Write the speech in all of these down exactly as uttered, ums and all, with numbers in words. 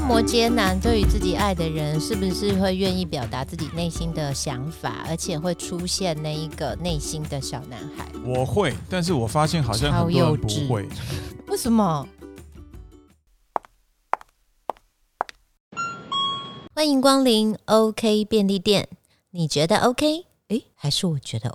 摩羯男对于自己爱的人是不是会愿意表达自己内心的想法，而且会出现那一个内心的小男孩？ 我会，但是我发现好像很多人不会。 为什么？欢迎光临 OK 便利店，你觉得 OK？ 诶，还是我觉得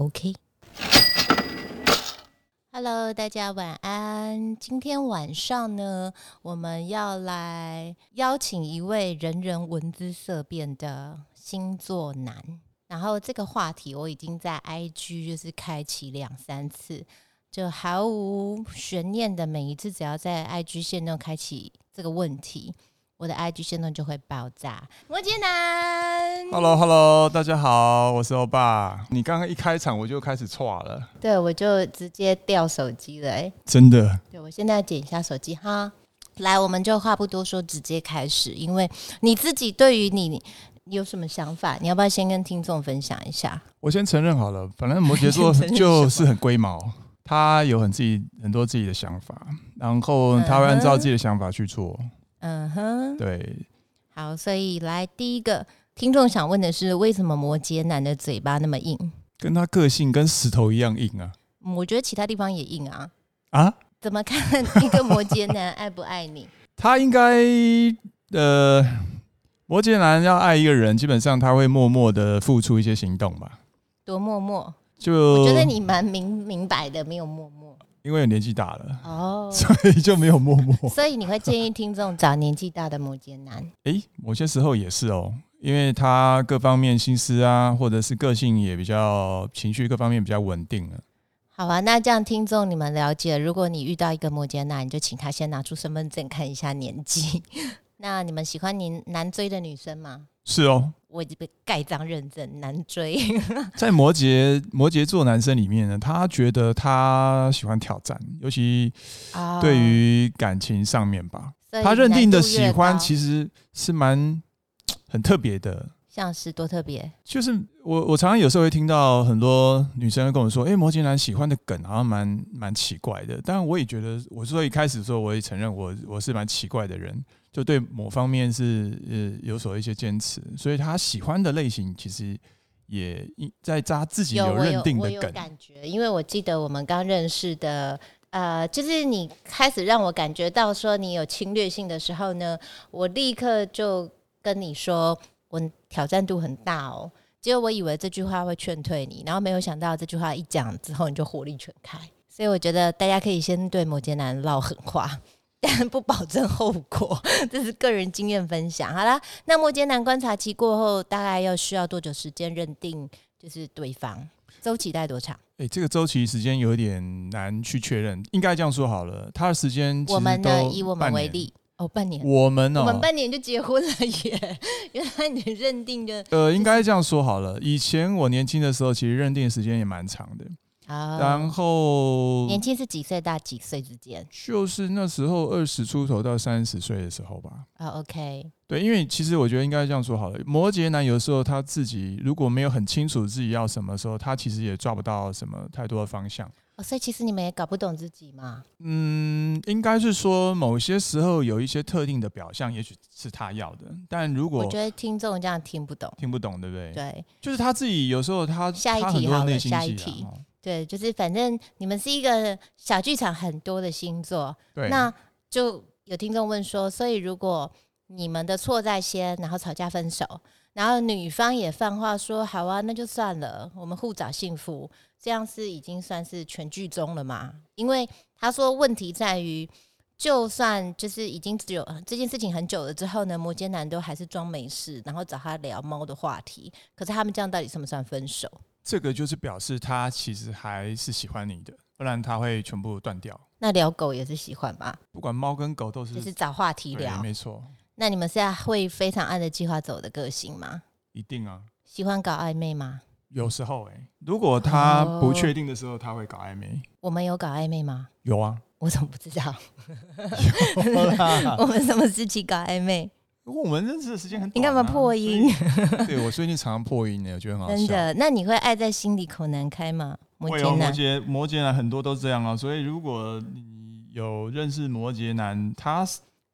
OK？Hello， 大家晚安。今天晚上呢，我们要来邀请一位人人闻之色变的星座男。然后这个话题我已经在 I G 就是开启两三次，就毫无悬念的，每一次只要在 I G 限动开启这个问题，我的 I G 限动就会爆炸。摩羯男 ，Hello Hello， 大家好，我是欧巴。你刚刚一开场我就开始岔了， 对，我就直接掉手机了、欸， 真的。 对，我现在点一下手机哈。来，我们就话不多说，直接开始。因为你自己对于你有什么想法？你要不要先跟听众分享一下？ 我先承认好了，反正摩羯座就是很龟毛，他有很自己很多自己的想法，然后他会按照自己的想法去做。 嗯哼， 对。 好，所以来第一个听众想问的是，为什么摩羯男的嘴巴那么硬？ 跟他个性跟石头一样硬啊。 我觉得其他地方也硬啊。 啊？ 怎么看一个摩羯男爱不爱你？ 他应该呃，摩羯男要爱一个人，基本上他会默默的付出一些行动吧。 多默默？ 就我觉得你蛮 明, 明白的，没有默默。 因为年纪大了哦， 所以就没有默默。 所以你会建议听众找年纪大的摩羯男？ 欸，某些时候也是哦，因为他各方面心思啊，或者是个性也比较情绪各方面比较稳定了。 好啊，那这样听众你们了解，如果你遇到一个摩羯男，你就请他先拿出身份证看一下年纪。那你们喜欢你男追的女生吗？ 是哦， 我已经被盖章认证男追。 在摩羯摩羯座男生里面呢，他觉得他喜欢挑战，尤其对于感情上面吧，哦，他认定的喜欢其实是蛮很特别的。 像是多特别？就是我我常常有时候会听到很多女生跟我说，哎、欸，摩羯男喜欢的梗好像蛮蛮奇怪的。当然我也觉得，我说一开始的时候我也承认我我是蛮奇怪的人，就对某方面是呃有所一些坚持，所以他喜欢的类型其实也在他自己有认定的梗。 我有感觉，因为我记得我们刚认识的。呃，就是你开始让我感觉到说你有侵略性的时候呢，我立刻就跟你说我挑战度很大哦。结果我以为这句话会劝退你，然后没有想到这句话一讲之后你就火力全开。所以我觉得大家可以先对摩羯男唠狠话，但不保证后果，这是个人经验分享。好啦，那摩羯男观察期过后大概要需要多久时间认定就是对方？周期大概多长？ 欸，这个周期时间有点难去确认，应该这样说好了，他的时间我们呢，以我们为例，哦，半年， 我们哦， 我们半年就结婚了耶！原来你认定的， 呃，应该这样说好了。以前我年轻的时候，其实认定的时间也蛮长的。 哦， 然后年轻是几岁到几岁之间？ 就是那时候二十出头到三十岁的时候吧。 哦 ，OK， 对，因为其实我觉得应该这样说好了。摩羯男有时候他自己如果没有很清楚自己要什么的时候，他其实也抓不到什么太多的方向。 哦，所以其实你们也搞不懂自己嘛？ 嗯，应该是说某些时候有一些特定的表象，也许是他要的，但如果我觉得听众这样听不懂， 听不懂，对不对？ 对， 就是他自己有时候他下一题好了，下一题。 对，就是反正你们是一个小剧场很多的星座， 对， 那就有听众问说，所以如果你们的错在先，然后吵架分手，然后女方也放话说好啊，那就算了，我们互找幸福，这样是已经算是全剧终了嘛？因为他说问题在于，就算就是已经只有这件事情很久了之后呢，摩羯男都还是装没事，然后找他聊猫的话题，可是他们这样到底算不算分手？ 这个就是表示他其实还是喜欢你的，不然他会全部断掉。 那聊狗也是喜欢吧？ 不管猫跟狗都是， 就是找话题聊， 没错。 那你们是会非常按着计划走的个性吗？ 一定啊。喜欢搞暧昧吗？ 有时候哎、欸，如果他不确定的时候，他会搞暧昧。 我们有搞暧昧吗？ 有啊。 我怎么不知道？ 有啦。 我们什么时期搞暧昧？ 我们认识的时间很短、啊， 你干嘛破音？ 对，我最近常常破音呢，我觉得很好笑。 真的？那你会爱在心里口难开吗？摩羯男， 摩羯摩羯男很多都这样啊。所以如果你有认识摩羯男，他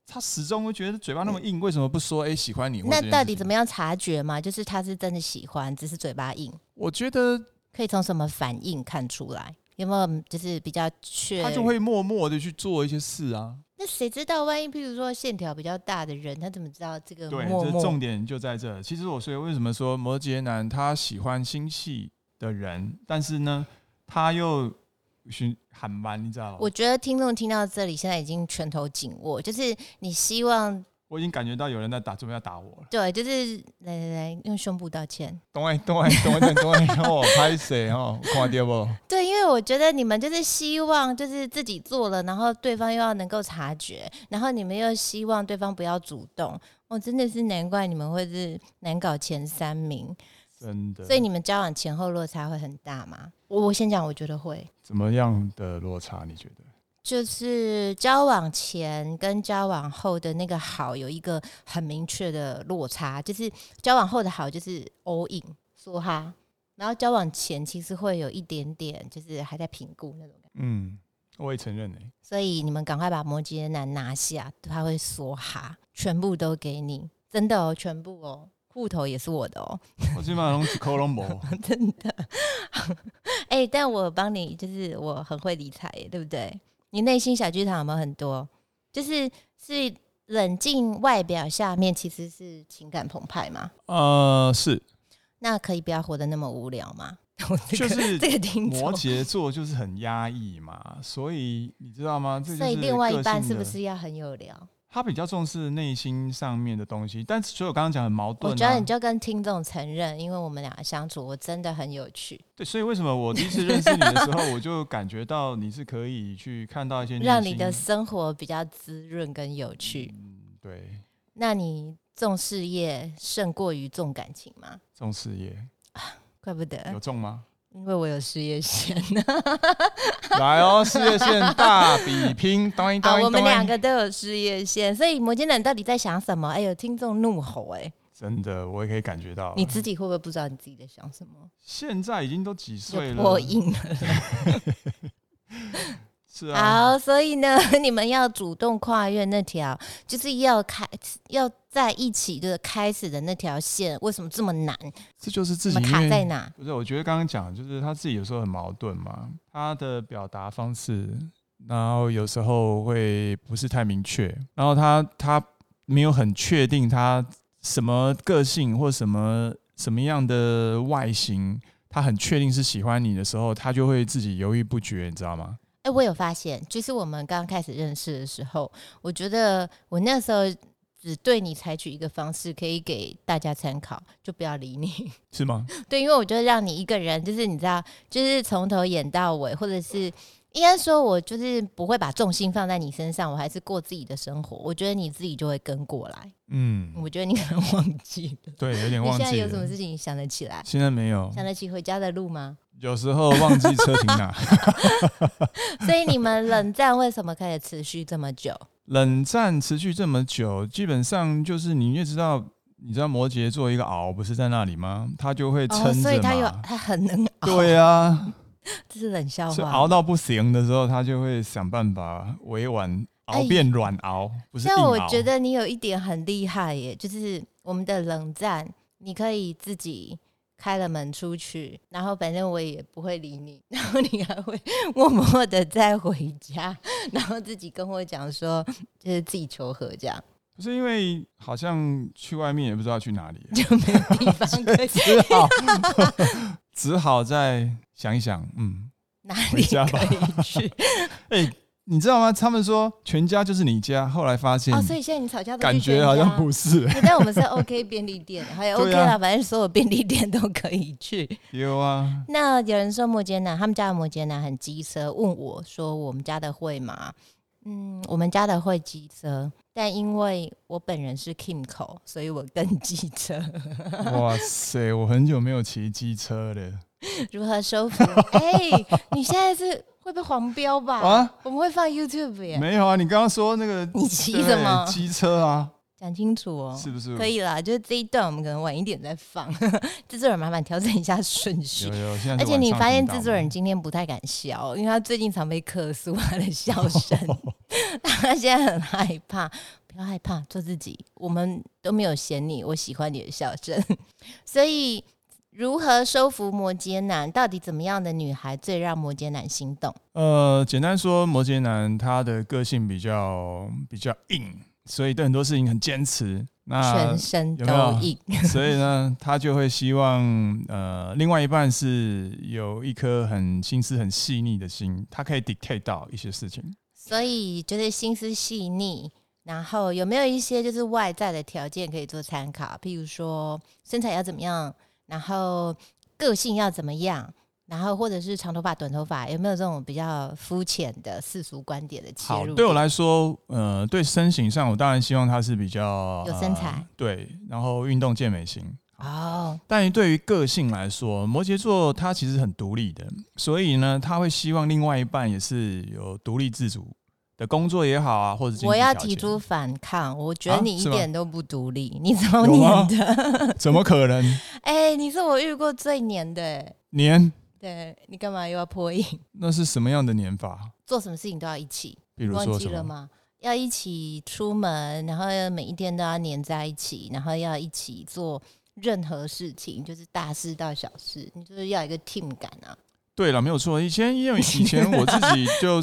他始终会觉得嘴巴那么硬，为什么不说哎、欸、喜欢你？ 那到底怎么样察觉嘛？就是他是真的喜欢，只是嘴巴硬。 我觉得可以从什么反应看出来？有没有就是比较确？ 他就会默默的去做一些事啊。 那谁知道，万一譬如说线条比较大的人，他怎么知道这个默默？ 对，这重点就在这。其实我所以为什么说摩羯男他喜欢心细的人，但是呢，他又很慢，你知道吗？ 我觉得听众听到这里，现在已经拳头紧握，就是你希望。 我已经感觉到有人在打，准备要打我了。 对，就是来来来，用胸部道歉。 懂哎，懂哎，懂哎，懂哎，哦，拍谁哦？看到不？ 对，因为我觉得你们就是希望，就是自己做了，然后对方又要能够察觉，然后你们又希望对方不要主动。哦，真的是难怪你们会是难搞前三名， 真的。 所以你们交往前后落差会很大吗？我我先讲，我觉得会。 怎么样的落差？你觉得？ 就是交往前跟交往后的那个好有一个很明确的落差，就是交往后的好就是 all in 梭哈，然后交往前其实会有一点点就是还在评估那种感觉。 嗯，我也承认、欸、 所以你们赶快把摩羯男拿下，他会梭哈，全部都给你，真的哦，全部哦，户头也是我的哦。 我基本上一口都没有真的。哎、欸，但我帮你，就是我很会理财耶，对不对？你内心小剧场有没有很多？就是是冷静外表下面其实是情感澎湃吗？ 呃，是。 那可以不要活得那么无聊吗？ 就是这个听众摩羯座就是很压抑嘛，所以你知道吗？这就是所以另外一半是不是要很有聊？ 他比较重视内心上面的东西，但是所以我刚刚讲很矛盾、啊。 我觉得你就跟听众承认，因为我们两个相处，我真的很有趣。 对，所以为什么我第一次认识你的时候，我就感觉到你是可以去看到一些内心让你的生活比较滋润跟有趣。 嗯，对。 那你重事业胜过于重感情吗？ 重事业啊，怪不得。 有重吗？ 因为我有事业线。 来哦，事业线大比拼，当一当一， 我们两个都有事业线，所以摩羯男到底在想什么？哎呦，听众怒吼、欸！哎， 真的，我也可以感觉到。 你自己会不会不知道你自己在想什么？ 现在已经都几岁了， 破音了。 是啊。 好，所以呢，你们要主动跨越那条，就是要开，要在一起的开始的那条线，为什么这么难？ 这就是自己卡在哪？ 不是，我觉得刚刚讲就是他自己有时候很矛盾嘛，他的表达方式，然后有时候会不是太明确，然后他他没有很确定他什么个性或什么什么样的外形，他很确定是喜欢你的时候，他就会自己犹豫不决，你知道吗？ 哎、欸，我有发现，就是我们刚开始认识的时候，我觉得我那时候只对你采取一个方式，可以给大家参考，就不要理你， 是吗？ 对，因为我觉得让你一个人，就是你知道，就是从头演到尾，或者是应该说，我就是不会把重心放在你身上，我还是过自己的生活。我觉得你自己就会跟过来。嗯，我觉得你可能忘记了， 对，有点忘记了。 你现在有什么事情想得起来？ 现在没有。 想得起回家的路吗？ 有时候忘记车停哪。 所以你们冷战为什么可以持续这么久？ 冷战持续这么久，基本上就是你也知道，你知道摩羯座一个熬不是在那里吗？他就会撑着嘛、哦， 所以他有他很能熬。 对啊， 这是冷笑话。 是熬到不行的时候，他就会想办法委婉熬变软熬，欸、不是硬熬。 但我觉得你有一点很厉害耶，就是我们的冷战，你可以自己开了门出去，然后反正我也不会理你，然后你还会默默的再回家，然后自己跟我讲说，就是自己求和这样。 不是因为好像去外面也不知道去哪里， 就没有地方可以， 只好只好再想一想，嗯， 哪里可以去？ 哎、欸，你知道吗？他们说全家就是你家，后来发现哦，所以现在你吵架都感觉好像不是。 但我们是 OK 便利店，还有 OK 啦、啊，反正所有便利店都可以去。 有啊。 那有人说摩羯男，他们家的摩羯男很机车，问我说我们家的会吗？嗯，我们家的会机车，但因为我本人是 Kim 口，所以我更机车。 哇塞，我很久没有骑机车了。 如何收服？哎、欸，你现在是会被黄标吧？啊，我们会放 YouTube 耶。 没有啊，你刚刚说那个你骑什么机车啊？ 讲清楚哦， 是不是？ 可以啦，就是这一段我们可能晚一点再放。制作人麻烦调整一下顺序。 有有，现在而且你发现制作人今天不太敢笑，因为他最近常被客诉他的笑声，他现在很害怕。不要害怕，做自己，我们都没有嫌你，我喜欢你的笑声。所以，如何收服摩羯男？到底怎么样的女孩最让摩羯男心动？ 呃，简单说，摩羯男他的个性比较比较硬，所以对很多事情很坚持。那全身都硬， 有有所以呢，他就会希望呃，另外一半是有一颗很心思很细腻的心，他可以 dictate 到一些事情。 所以就是心思细腻。然后有没有一些就是外在的条件可以做参考？譬如说身材要怎么样，然后个性要怎么样，然后或者是长头发、短头发，有没有这种比较肤浅的世俗观点的切入点？ 好，对我来说，呃，对身形上，我当然希望他是比较有身材， 呃、对，然后运动健美型。 哦， 但对于个性来说，摩羯座他其实很独立的，所以呢，他会希望另外一半也是有独立自主的工作也好啊，或者我要提出反抗，我觉得你一点都不独立，啊、你怎么黏的？ 怎么可能？ 哎、欸，你是我遇过最黏的、欸， 黏？ 对，你干嘛又要破音？ 那是什么样的黏法？ 做什么事情都要一起， 比如说什么？ 忘记了吗？要一起出门，然后每一天都要黏在一起，然后要一起做任何事情，就是大事到小事，你就是要有一个 team 感啊。 对了，没有错。以前因为以前我自己就是，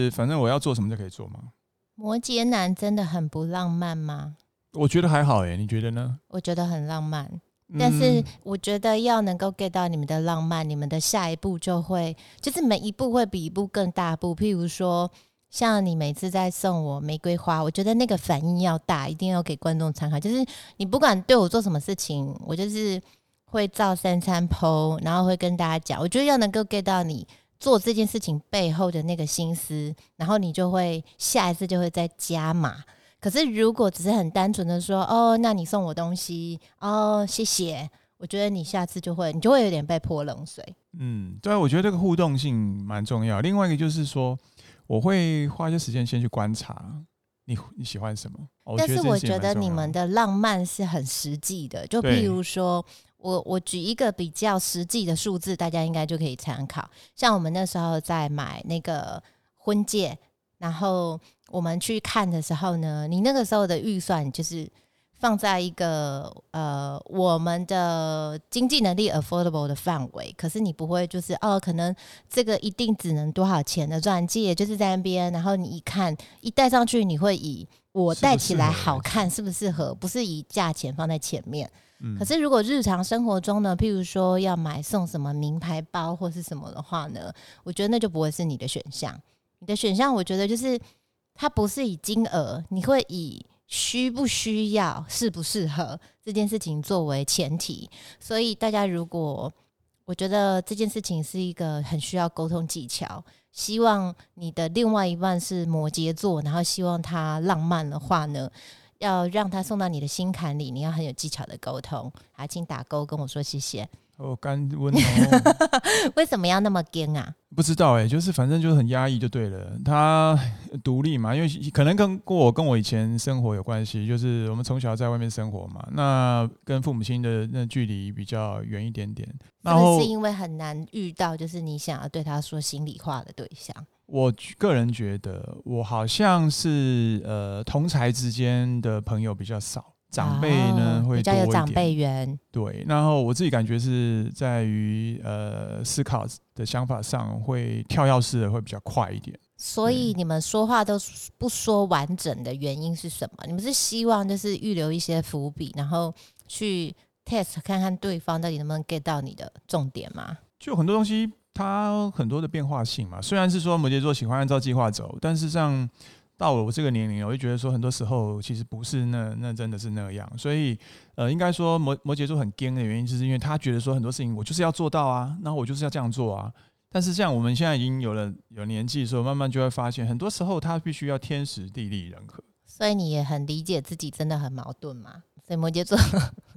反正我要做什么就可以做嘛。 摩羯男真的很不浪漫吗？ 我觉得还好耶，你觉得呢？ 我觉得很浪漫，但是我觉得要能够 get 到你们的浪漫，你们的下一步就会，就是每一步会比一步更大步。譬如说，像你每次在送我玫瑰花，我觉得那个反应要大，一定要给观众参考。就是你不管对我做什么事情，我就是会照三餐 po， 然后会跟大家讲。我觉得要能够 get 到你做这件事情背后的那个心思，然后你就会下一次就会再加码。可是如果只是很单纯的说，哦，那你送我东西，哦，谢谢，我觉得你下次就会，你就会有点被泼冷水。 嗯，对，我觉得这个互动性蛮重要。另外一个就是说，我会花一些时间先去观察你你喜欢什么。哦、 但是我觉得你们的浪漫是很实际的，就譬如说，我我举一个比较实际的数字，大家应该就可以参考。像我们那时候在买那个婚戒，然后我们去看的时候呢，你那个时候的预算就是放在一个呃我们的经济能力 affordable 的范围，可是你不会就是哦，可能这个一定只能多少钱的钻戒，就是在那边，然后你一看一戴上去，你会以我戴起来好看适不适合，不是以价钱放在前面。嗯、可是如果日常生活中呢，譬如说要买送什么名牌包或是什么的话呢，我觉得那就不会是你的选项。你的选项我觉得就是它不是以金额，你会以需不需要、适不适合这件事情作为前提。所以大家如果我觉得这件事情是一个很需要沟通技巧，希望你的另外一半是摩羯座，然后希望他浪漫的话呢，要让他送到你的心坎里，你要很有技巧的沟通。好，请打勾跟我说谢谢。 哦，干温哦。 为什么要那么硬啊？ 不知道哎、欸，就是反正就是很压抑就对了。他独立嘛，因为可能跟我跟我以前生活有关系，就是我们从小在外面生活嘛，那跟父母亲的那距离比较远一点点。 是不是因为很难遇到就是你想要对他说心里话的对象？ 我个人觉得，我好像是呃同侪之间的朋友比较少。长辈呢、哦、会比较有长辈缘， 对，然后我自己感觉是在于呃思考的想法上会跳跃式的会比较快一点。 所以你们说话都不说完整的原因是什么？你们是希望就是预留一些伏笔，然后去 test 看看对方到底能不能 get 到你的重点吗？ 就很多东西它很多的变化性嘛，虽然是说摩羯座喜欢按照计划走，但是像到了我这个年龄，我就觉得说很多时候其实不是那那真的是那样，所以呃，应该说摩摩羯座很硬的原因，就是因为他觉得说很多事情我就是要做到啊，然后我就是要这样做啊。但是像我们现在已经有了有年纪的时候，慢慢就会发现，很多时候他必须要天时地利人和。 所以你也很理解自己真的很矛盾嘛？所以摩羯座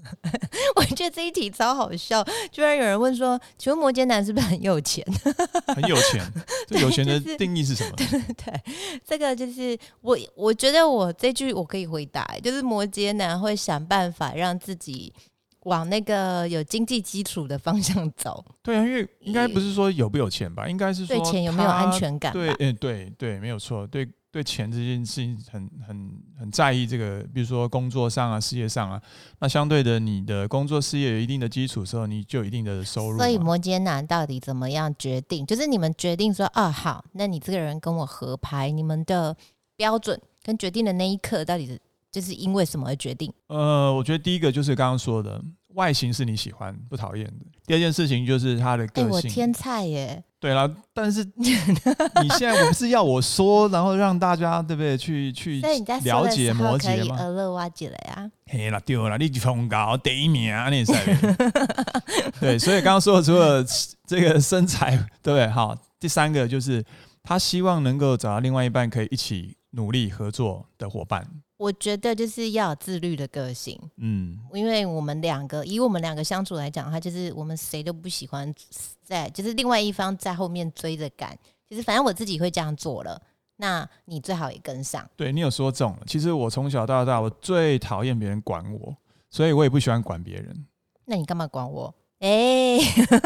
我觉得这一题超好笑，居然有人问说，请问摩羯男是不是很有钱？ 很有钱，这有钱的定义是什么？ 对对对，这个就是我，我觉得我这句我可以回答，就是摩羯男会想办法让自己往那个有经济基础的方向走。 对啊，因为应该不是说有不有钱吧，应该是说对钱有没有安全感吧？ 对，欸、对对，没有错，对。对钱这件事情很很很在意这个，比如说工作上啊、事业上啊，那相对的，你的工作事业有一定的基础的时候，你就有一定的收入。 所以摩羯男到底怎么样决定？就是你们决定说，啊好，那你这个人跟我合拍，你们的标准跟决定的那一刻，到底是就是因为什么而决定？呃， 我觉得第一个就是刚刚说的，外形是你喜欢不讨厌的。第二件事情就是他的个性。 欸、我天菜耶！ 对啦，但是你现在不是要我说，然后让大家对不对去去了解摩羯吗？ 可以俄勒挖起来啊！ 嘿啦，对啦，你崇高第一名啊，你赛。对，所以刚刚说的除了这个身材，对不对？好，第三个就是他希望能够找到另外一半可以一起努力合作的伙伴。 我觉得就是要有自律的个性，嗯，因为我们两个以我们两个相处来讲，他就是我们谁都不喜欢在就是另外一方在后面追着赶，其实反正我自己会这样做了，那你最好也跟上。 对，你有说中了，其实我从小到大我最讨厌别人管我，所以我也不喜欢管别人。 那你干嘛管我？哎、欸，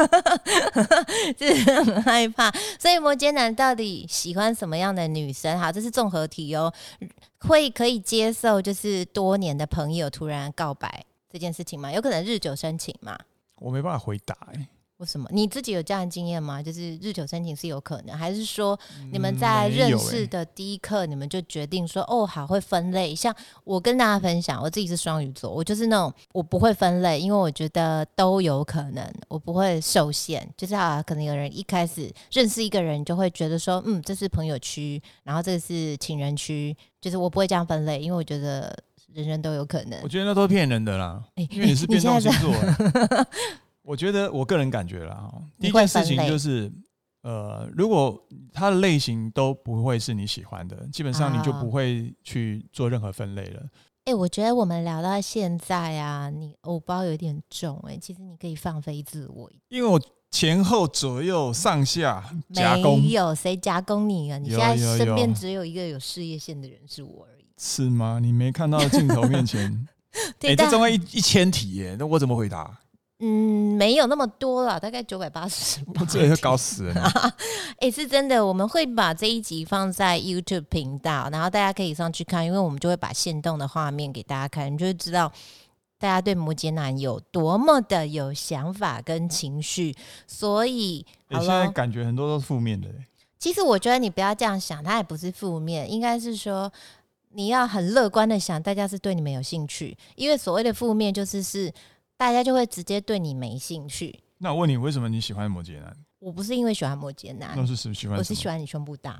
就是很害怕。所以摩羯男到底喜欢什么样的女生？好，这是综合题哦。会可以接受就是多年的朋友突然告白这件事情吗？有可能日久生情吗？ 我没办法回答、欸。 为什么？你自己有这样的经验吗？就是日久生情是有可能，还是说你们在认识的第一刻，你们就决定说、嗯欸、哦好会分类？像我跟大家分享，我自己是双鱼座，我就是那种我不会分类，因为我觉得都有可能，我不会受限。就是啊，可能有人一开始认识一个人就会觉得说，嗯，这是朋友区，然后这是情人区，就是我不会这样分类，因为我觉得人人都有可能。 我觉得那都是骗人的啦，欸、因为你是变动星座。我觉得我个人感觉啦，第一件事情就是，呃，如果它的类型都不会是你喜欢的，基本上你就不会去做任何分类了。 哎、欸，我觉得我们聊到现在啊，你偶包有点重哎、欸，其实你可以放飞自我， 因为我前后左右上下夹攻， 没有谁夹攻你啊？你现在身边只有一个有事业线的人是我而已， 是吗？你没看到镜头面前？哎、欸，这总共一一千题耶，那我怎么回答？ 嗯，没有那么多啦，大概九百八十。 这也搞死人！哎、 欸，是真的，我们会把这一集放在 YouTube 频道，然后大家可以上去看，因为我们就会把限动的画面给大家看，你就会知道大家对摩羯男有多么的有想法跟情绪。所以， 你、欸、现在感觉很多都是负面的。 其实我觉得你不要这样想，它也不是负面，应该是说你要很乐观的想，大家是对你们有兴趣，因为所谓的负面就是是。大家就会直接对你没兴趣。 那我问你，为什么你喜欢摩羯男？ 我不是因为喜欢摩羯男， 那是什么喜欢什么？ 我是喜欢你胸部大。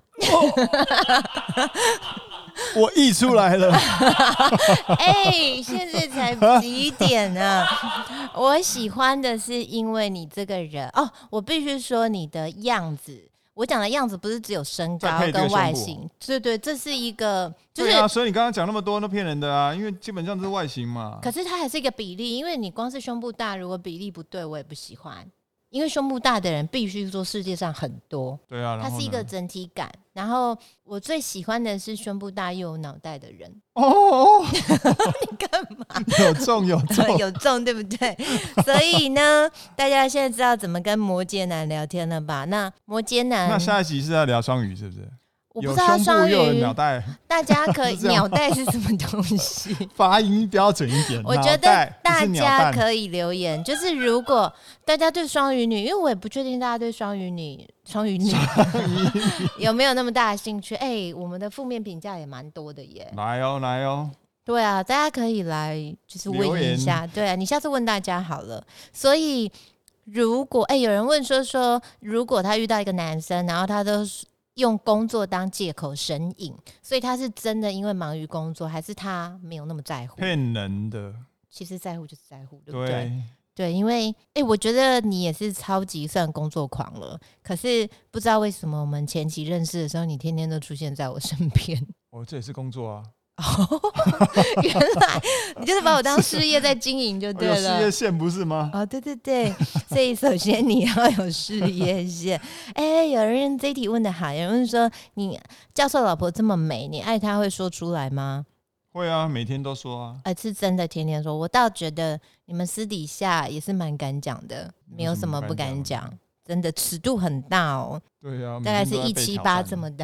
我溢出来了。 哎、欸，现在才几点呢？我喜欢的是因为你这个人哦，我必须说你的样子。我讲的样子不是只有身高跟外形，对对，这是一个，就是、 对啊，所以你刚刚讲那么多都骗人的啊，因为基本上都是外形嘛。 可是它还是一个比例，因为你光是胸部大，如果比例不对，我也不喜欢。因为胸部大的人必须说世界上很多， 对啊， 它是一个整体感。然后我最喜欢的是胸部大又有脑袋的人。 哦， 你干嘛？ 有中有中有中，对不对？所以呢，大家现在知道怎么跟摩羯男聊天了吧？那摩羯男， 那下一集是要聊双鱼，是不是？ 我不知道双鱼有脑袋， 大家可以脑袋是什么东西？ 发音标准一点。 我觉得大家可以留言，就是如果大家对双鱼女，因为我也不确定大家对双鱼女、双鱼女有没有那么大的兴趣。哎、欸，我们的负面评价也蛮多的耶。 来哦，来哦。 对啊，大家可以来就是问一下。对啊，你下次问大家好了。所以如果哎、欸，有人问说说，如果他遇到一个男生，然后他都用工作当借口神隐，所以他是真的因为忙于工作，还是他没有那么在乎？ 骗人的。 其实在乎就是在乎，对不对？ 对， 对，因为哎、欸，我觉得你也是超级算工作狂了。可是不知道为什么，我们前期认识的时候，你天天都出现在我身边。 哦，这也是工作啊。 原来你就是把我当事业在经营就对了， 有事业线不是吗？ 哦，对对对，所以首先你要有事业线。哎，有人这一题问的好，有人问说，你教授老婆这么美，你爱她会说出来吗？ 会啊，每天都说啊。 呃，是真的天天说。我倒觉得你们私底下也是蛮敢讲的，没有什么不敢讲，真的尺度很大哦。 对啊， 大概是一七八这么大。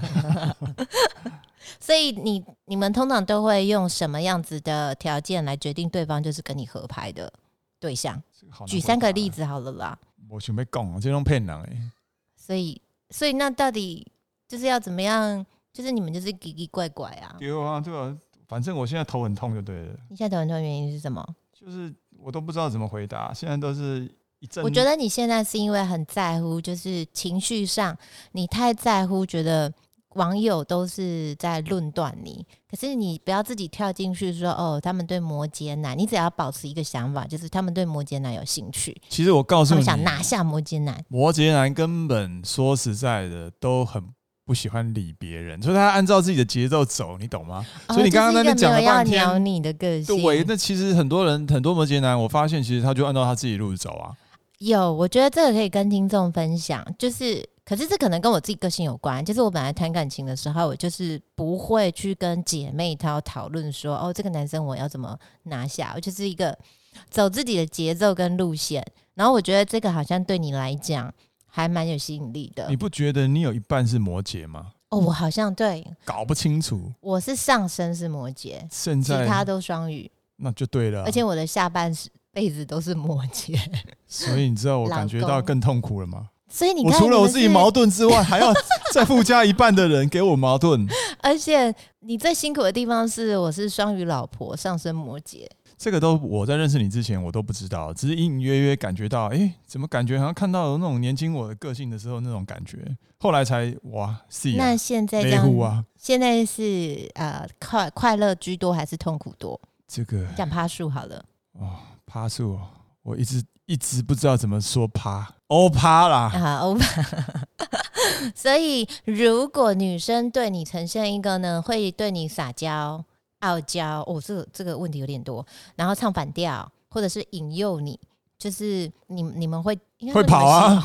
所以你你们通常都会用什么样子的条件来决定对方就是跟你合拍的对象？举三个例子好了啦。 我想要讲，这种骗人哎。 所以所以那到底就是要怎么样？就是你们就是奇奇怪怪啊。 对啊，对啊，反正我现在头很痛就对了。 你现在头很痛的原因是什么？ 就是我都不知道怎么回答，现在都是一阵。 我觉得你现在是因为很在乎，就是情绪上你太在乎，觉得网友都是在论断你，可是你不要自己跳进去说哦，他们对摩羯男，你只要保持一个想法，就是他们对摩羯男有兴趣。 其实我告诉你， 他们想拿下摩羯男。 摩羯男根本说实在的都很不喜欢理别人，所以他按照自己的节奏走，你懂吗？ 哦、 所以你刚刚在那边讲了半天， 就是一个没有要鸟你的个性。 对，那其实很多人很多摩羯男，我发现其实他就按照他自己的路走啊。 有，我觉得这个可以跟听众分享，就是。可是这可能跟我自己个性有关，就是我本来谈感情的时候，我就是不会去跟姐妹淘讨论说，哦，这个男生我要怎么拿下，我就是一个走自己的节奏跟路线。然后我觉得这个好像对你来讲还蛮有吸引力的。 你不觉得你有一半是摩羯吗？ 哦，我好像对， 搞不清楚。 我是上升是摩羯， 现在其他都双鱼， 那就对了、啊。 而且我的下半辈子都是摩羯， 所以你知道我感觉到更痛苦了吗？ 所以你看， 我除了我自己矛盾之外，还要再附加一半的人给我矛盾。 而且你最辛苦的地方是，我是双鱼老婆，上升摩羯。 这个都我在认识你之前我都不知道，只是隐隐约约感觉到，哎、欸，怎么感觉好像看到有那种年轻我的个性的时候那种感觉，后来才哇，是啊。 那现在这样， 啊、 现在是呃快快乐居多还是痛苦多？ 这个讲趴数好了。 哦，趴数，我一直一直不知道怎么说趴。欧趴啦啊，欧趴。所以，如果女生对你呈现一个呢，会对你撒娇、傲娇，哦，这个这个问题有点多。然后唱反调，或者是引诱你，就是你你们会会跑啊？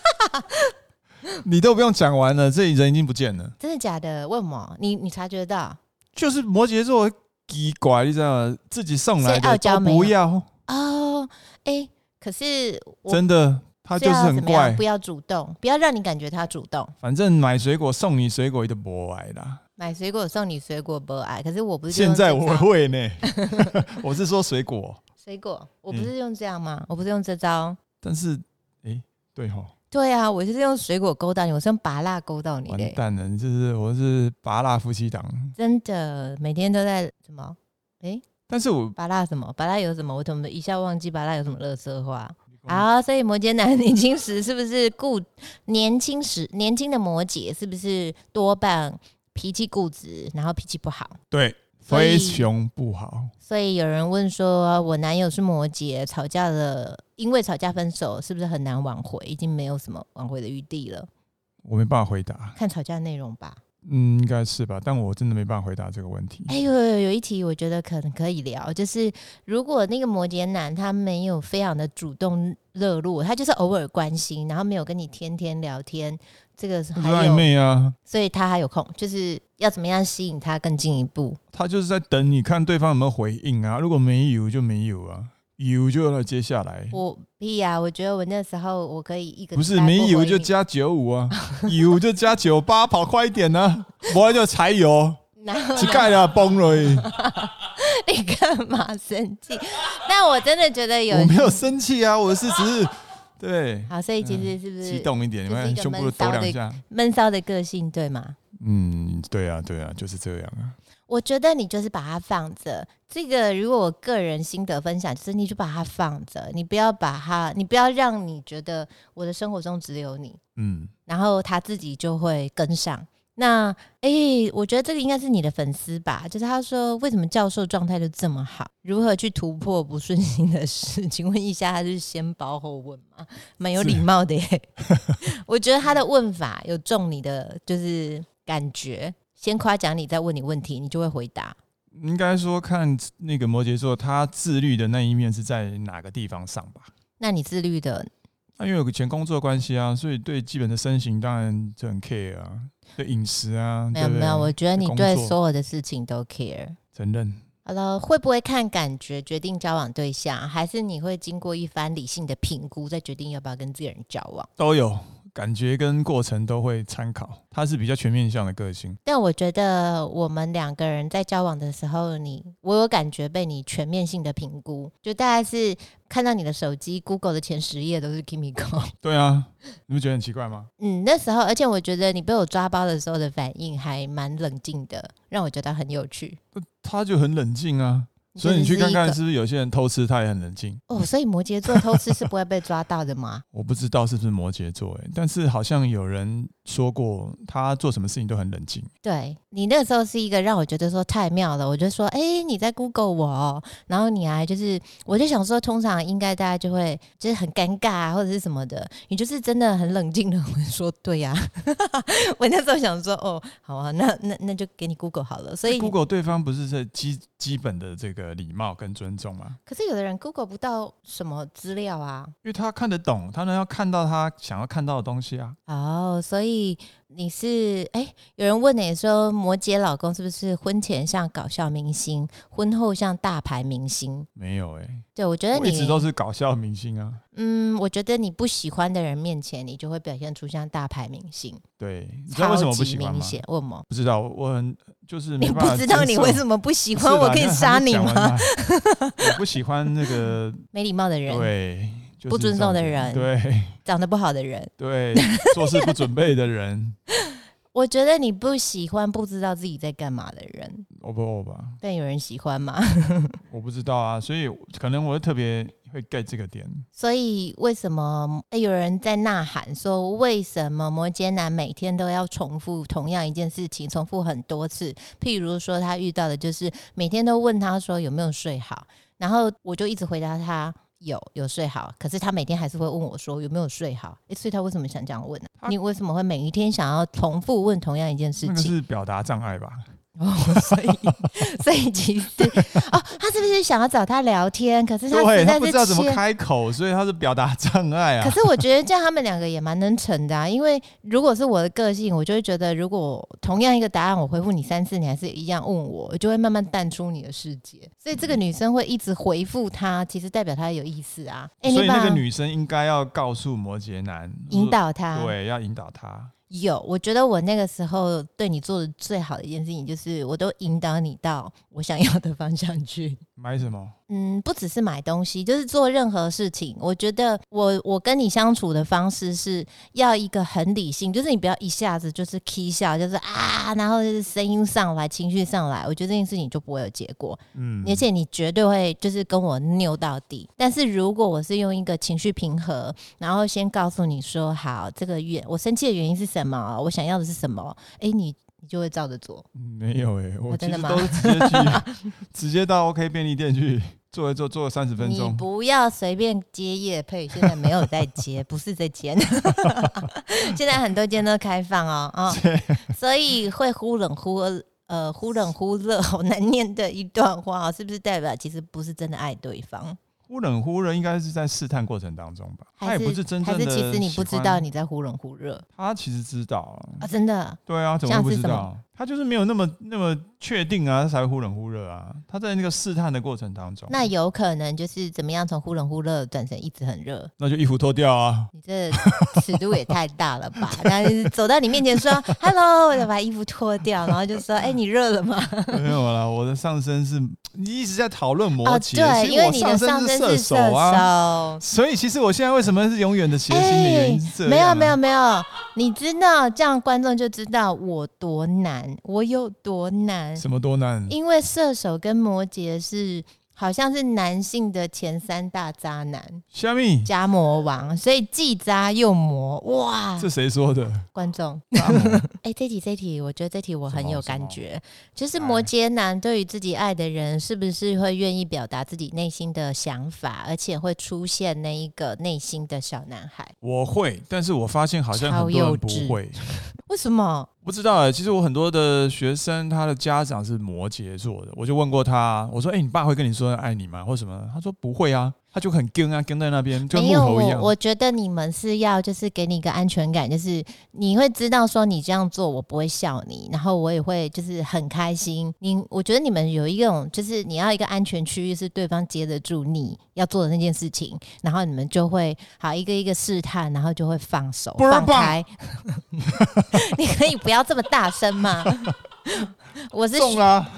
你都不用讲完了，这里人已经不见了。 真的假的？为什么？你你察觉到？ 就是摩羯座奇怪，你知道吗？自己送来的都不要哦。哎、欸，可是我真的。他就是很怪， 不要主动，不要让你感觉他主动。 反正买水果送你水果，他就不爱啦。 买水果送你水果不爱，可是我不是现在我会呢。我是说水果， 水果，我不是用这样吗？嗯、我不是用这招。 但是，哎、欸，对齁。 对啊，我就是用水果勾到你，我是用芭乐勾到你的、欸。 完蛋了，就是我是芭乐夫妻档。 真的，每天都在什么？哎、欸， 但是我芭乐什么？芭乐有什么？我怎么一下忘记芭乐有什么垃圾话？好，所以摩羯男年轻时是不是固年轻时年轻的摩羯是不是多半脾气固执，然后脾气不好？ 对，非常不好。 所以有人问说，我男友是摩羯，吵架了，因为吵架分手，是不是很难挽回？已经没有什么挽回的余地了？ 我没办法回答， 看吵架内容吧。 嗯，应该是吧，但我真的没办法回答这个问题。 哎呦，有一题我觉得可能可以聊，就是如果那个摩羯男他没有非常的主动热络，他就是偶尔关心，然后没有跟你天天聊天，这个还有暧昧啊， 所以他还有空，就是要怎么样吸引他更进一步？ 他就是在等你看对方有没有回应啊，如果没有就没有啊。有就来接下来， 我屁啊！我觉得我那时候我可以一个不是没有就加九五啊，有就加九八，跑快一点啊，不然就柴油，乞丐啊崩了。 你干嘛生气？但我真的觉得有， 我没有生气啊，我是只是对。 好，所以其实是不是激动一点？你们胸部抖两下， 闷骚的个性对吗？ 嗯，对啊，对啊，就是这样啊。 我觉得你就是把它放着，这个如果我个人心得分享，就是你就把它放着，你不要把它，你不要让你觉得我的生活中只有你，嗯，然后他自己就会跟上。那哎、欸，我觉得这个应该是你的粉丝吧，就是他说为什么教授状态就这么好，如何去突破不顺心的事？请问一下，他是先包后问吗？蛮有礼貌的耶。我觉得他的问法有中你的就是感觉。 先夸奖你再问你问题，你就会回答？ 应该说看那个摩羯座他自律的那一面是在哪个地方上吧。 那你自律的， 那因为有个前工作关系啊，所以对基本的身形当然就很 care 啊，对饮食啊， 没有没有，我觉得你对所有的事情都 care。 承认。 好了，会不会看感觉决定交往对象，还是你会经过一番理性的评估再决定要不要跟这个人交往？ 都有，感觉跟过程都会参考。他是比较全面向的个性， 但我觉得我们两个人在交往的时候，你我有感觉被你全面性的评估，就大概是看到你的手机 Google 的前十页都是 Kimiko。 对啊，你不觉得很奇怪吗？ 嗯，那时候而且我觉得你被我抓包的时候的反应还蛮冷静的，让我觉得很有趣。 他就很冷静啊，所以你去看看是不是有些人偷吃他也很冷静哦。所以摩羯座偷吃是不会被抓到的吗？ 我不知道是不是摩羯座、欸、但是好像有人说过他做什么事情都很冷静。 对，你那时候是一个让我觉得说太妙了，我就说哎、欸，你在 Google 我、哦，然后你还就是我就想说通常应该大家就会就是很尴尬、啊、或者是什么的，你就是真的很冷静的我说对呀、啊。我那时候想说哦好啊，那那那就给你 Google 好了。所以 Google 对方不是在 基, 基本的这个礼貌跟尊重吗？ 可是有的人 Google 不到什么资料啊， 因为他看得懂，他能要看到他想要看到的东西啊。 哦，所以你是哎、欸，有人问你说摩羯老公是不是婚前像搞笑明星，婚后像大牌明星？ 没有哎、欸， 对，我觉得你我一直都是搞笑明星啊。 嗯，我觉得你不喜欢的人面前，你就会表现出像大牌明星。 对，你知道为什么不喜欢吗？ 超级明显，为什么？ 不知道，我很就是没你办法。 不知道你为什么不喜欢，我可以杀你吗？ 我不喜欢那个没礼貌的人， 对，就是、 不尊重的人， 对， 长得不好的人， 对，做事不准备的人。 我觉得你不喜欢不知道自己在干嘛的人。 我不我吧？ 但有人喜欢吗？ 我不知道啊，所以可能我会特别会 get 这个点。 所以为什么、欸、有人在呐喊说，为什么摩羯男每天都要重复同样一件事情，重复很多次？譬如说他遇到的就是每天都问他说有没有睡好，然后我就一直回答他有有睡好，可是他每天还是会问我说有没有睡好、欸、所以他为什么想这样问、啊、你为什么会每一天想要重复问同样一件事情？ 那个是表达障碍吧。 哦，所以所以其实哦，他是不是想要找他聊天？可是他实在是他不知道怎么开口，所以他是表达障碍啊。 可是我觉得这样他们两个也蛮能成的啊，因为如果是我的个性，我就会觉得，如果同样一个答案我回复你三次，你还是一样问我，我就会慢慢淡出你的世界。所以这个女生会一直回复他，其实代表她有意思啊。欸、 所以那个女生应该要告诉摩羯男， 引导他， 对，要引导他。 有，我觉得我那个时候对你做的最好的一件事情，就是我都引导你到我想要的方向去。 买什么？ 嗯，不只是买东西，就是做任何事情。我觉得我我跟你相处的方式是要一个很理性，就是你不要一下子就是起笑，就是啊，然后就是声音上来，情绪上来，我觉得这件事情就不会有结果。嗯，而且你绝对会就是跟我拗到底。但是如果我是用一个情绪平和，然后先告诉你说，好，这个原我生气的原因是什么，我想要的是什么，哎，你。你就会照着做。 没有哎、欸，我其实哦、 都是直接去，直接到 OK 便利店去做一做，做三十分钟。 你不要随便接业配，现在没有在接，不是在接，现在很多间都开放哦，哦所以会忽冷忽呃忽冷忽热，好难念的一段话、哦，是不是代表其实不是真的爱对方？ 忽冷忽热应该是在试探过程当中吧，他也不是真正的， 还是其实你不知道你在忽冷忽热？ 他其实知道 啊, 啊，真的？ 对啊，怎么会不知道？他就是没有那么那么确定啊，他才会忽冷忽热啊。他在那个试探的过程当中， 那有可能就是怎么样从忽冷忽热转成一直很热？ 那就衣服脱掉啊！ 你这尺度也太大了吧？然后走到你面前说 “hello”， 我就把衣服脱掉，然后就说：“哎、欸，你热了吗？” 没有啦，我的上身是你一直在讨论摩羯、 哦，对，因为你的上身是射手啊，所以其实我现在为什么是永远的谐星的原因是这样、啊欸、 没有没有没有，你知道这样观众就知道我多难。我有多难？ 什么多难？ 因为射手跟摩羯是好像是男性的前三大渣男， 虾米加魔王，所以既渣又魔。哇， 这谁说的？ 观众。哎、欸，这题这题，我觉得这题我很有感觉，就是摩羯男对于自己爱的人，是不是会愿意表达自己内心的想法，而且会出现那一个内心的小男孩？ 我会，但是我发现好像很多人不会。 为什么？ 不知道哎、欸，其实我很多的学生，他的家长是摩羯座的，我就问过他，我说：“哎、欸，你爸会跟你说爱你吗？或什么？”他说：“不会啊。”他就很跟啊，跟在那边，就跟木头一样。 没有，我我觉得你们是要就是给你一个安全感，就是你会知道说你这样做我不会笑你，然后我也会就是很开心。你我觉得你们有一种就是你要一个安全区域，是对方接得住你要做的那件事情，然后你们就会好一个一个试探，然后就会放手放开。你可以不要这么大声吗？我是中啊。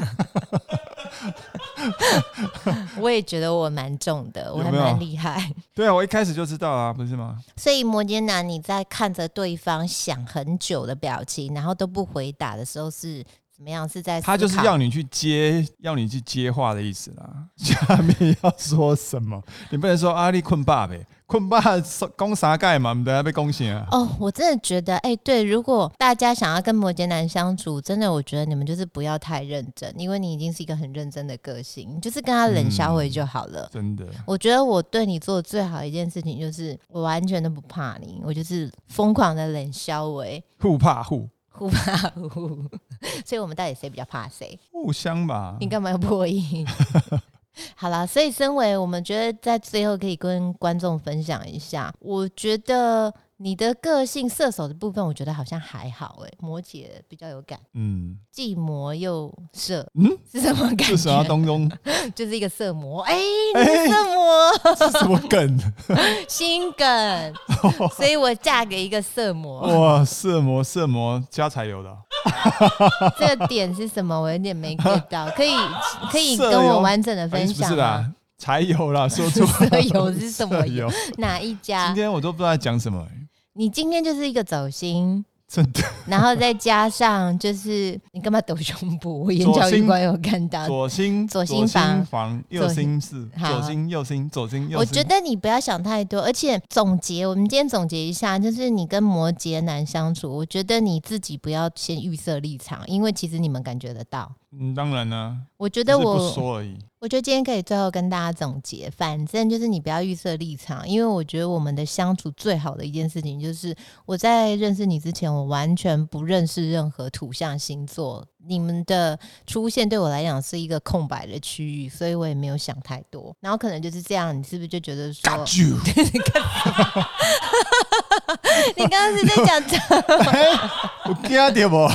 我也觉得我蛮重的，我还蛮厉害。 对啊，我一开始就知道啊，不是吗？ 所以摩羯男，你在看着对方想很久的表情，然后都不回答的时候是怎么样？是在思考？ 他就是要你去接，要你去接话的意思啦。下面要说什么？你不能说啊，你困爸呗。困爸讲啥盖嘛，不得被攻醒啊！ 哦，我真的觉得，哎、欸，对，如果大家想要跟摩羯男相处，真的，我觉得你们就是不要太认真，因为你已经是一个很认真的个性，你就是跟他冷消回就好了、嗯。 真的，我觉得我对你做的最好的一件事情就是，我完全都不怕你，我就是疯狂的冷消回， 互怕互。 互怕互，所以我们到底谁比较怕谁？ 互相吧。 你干嘛要破音？好啦，所以身为我们觉得在最后可以跟观众分享一下，我觉得你的个性射手的部分，我觉得好像还好哎、欸，摩羯比较有感，嗯，既摩又射，嗯，是什么感觉？ 是什么东东？ 就是一个色魔，哎、欸，你是色魔， 是什么梗？ 心梗，所以我嫁给一个色魔。 哇，色魔色魔加柴油的、啊。 这个点是什么？我有点没 get 到，可以可以跟我完整的分享吗？ 不是啦，柴油啦，说错。 色油是什么油？哪一家？ 今天我都不知道在讲什么、欸。 你今天就是一个走心， 真的。 然后再加上就是你干嘛抖胸部？我眼角余光有看到。 左心左心房房，右心室，左心右心左心右心。 我觉得你不要想太多，而且总结，我们今天总结一下，就是你跟摩羯男相处，我觉得你自己不要先预设立场，因为其实你们感觉得到。 嗯，当然呢。 我觉得我不说而已。 我觉得今天可以最后跟大家总结，反正就是你不要预设立场，因为我觉得我们的相处最好的一件事情就是我在认识你之前，我完全不认识任何土象星座，你们的出现对我来讲是一个空白的区域，所以我也没有想太多。然后可能就是这样，你是不是就觉得说 Got you 你刚刚是在讲什么？ 我惊到不？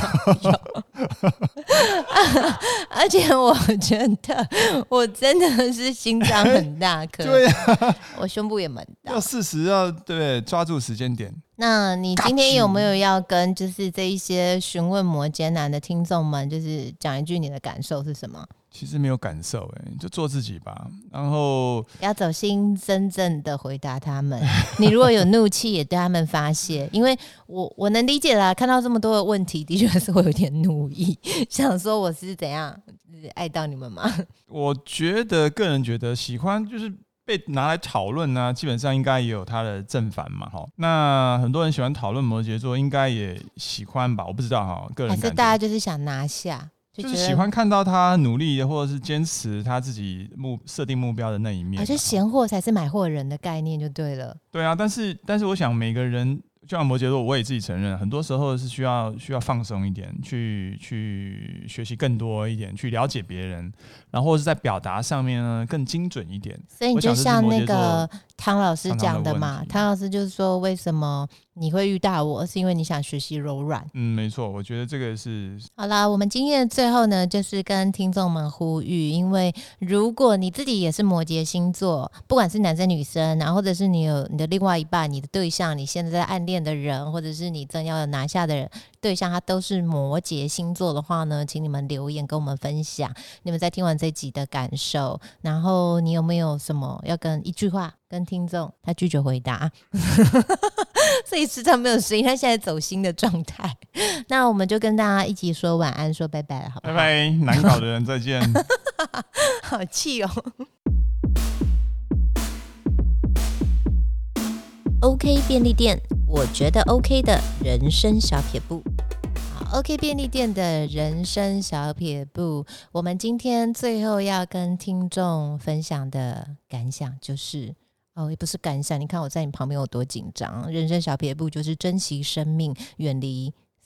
而且我觉得我真的是心脏很大颗， 对啊， 我胸部也蛮大， 要适时要对抓住时间点。 那你今天有没有要跟就是这一些询问摩羯男的听众们，就是讲一句你的感受是什么？ 其实没有感受、欸，就做自己吧。然后要走心，真正的回答他们。你如果有怒气，也对他们发泄，因为我我能理解啦。看到这么多的问题，的确是会有点怒意，想说我是怎样是爱到你们吗？ 我觉得个人觉得喜欢就是被拿来讨论呢，基本上应该也有它的正反嘛。那很多人喜欢讨论摩羯座，应该也喜欢吧？我不知道哈，个人感觉还是大家就是想拿下。 就是喜欢看到他努力或者是坚持他自己目设定目标的那一面， 而且闲货才是买货人的概念就对了。 对啊，但是但是我想每个人，就像摩羯座，我也自己承认，很多时候是需要需要放松一点，去去学习更多一点，去了解别人，然后或是在表达上面呢更精准一点。 所以你就像那个汤老师讲的嘛，汤老师就是说，为什么你会遇到我，是因为你想学习柔软。 嗯，没错，我觉得这个是好啦。我们今天的最后呢，就是跟听众们呼吁，因为如果你自己也是摩羯星座，不管是男生女生，然后或者是你有你的另外一半、你的对象，你现在在暗恋的人，或者是你正要拿下的人对象，他都是摩羯星座的话呢，请你们留言跟我们分享你们在听完这集的感受，然后你有没有什么要跟一句话跟听众？他拒绝回答所以时常没有声音，他现在走心的状态。那我们就跟大家一起说晚安，说拜拜了，好不好？ 拜拜，难搞的人再见好气哦。OK 便利店，我觉得 OK 的人生小撇步。OK 便利店的人生小撇步，我们今天最后要跟听众分享的感想就是哦，也不是感想，你看我在你旁边有多紧张。人生小撇步就是珍惜生命，远离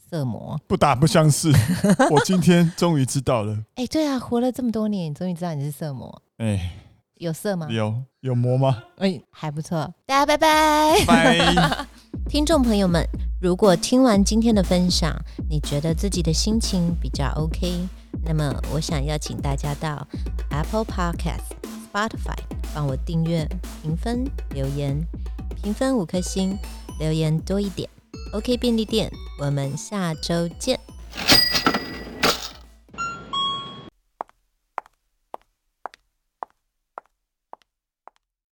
色魔？ 不打不相识。我今天终于知道了。 哎、欸，对啊，活了这么多年，你终于知道你是色魔。哎、欸，有色吗？ 有，有魔吗？ 哎、欸，还不错。大家拜拜拜。 听众朋友们，如果听完今天的分享，你觉得自己的心情比较 OK， 那么我想邀请大家到 Apple Podcast、Spotify 帮我订阅、评分、留言，评分五颗星，留言多一点。OK 便利店，我们下周见。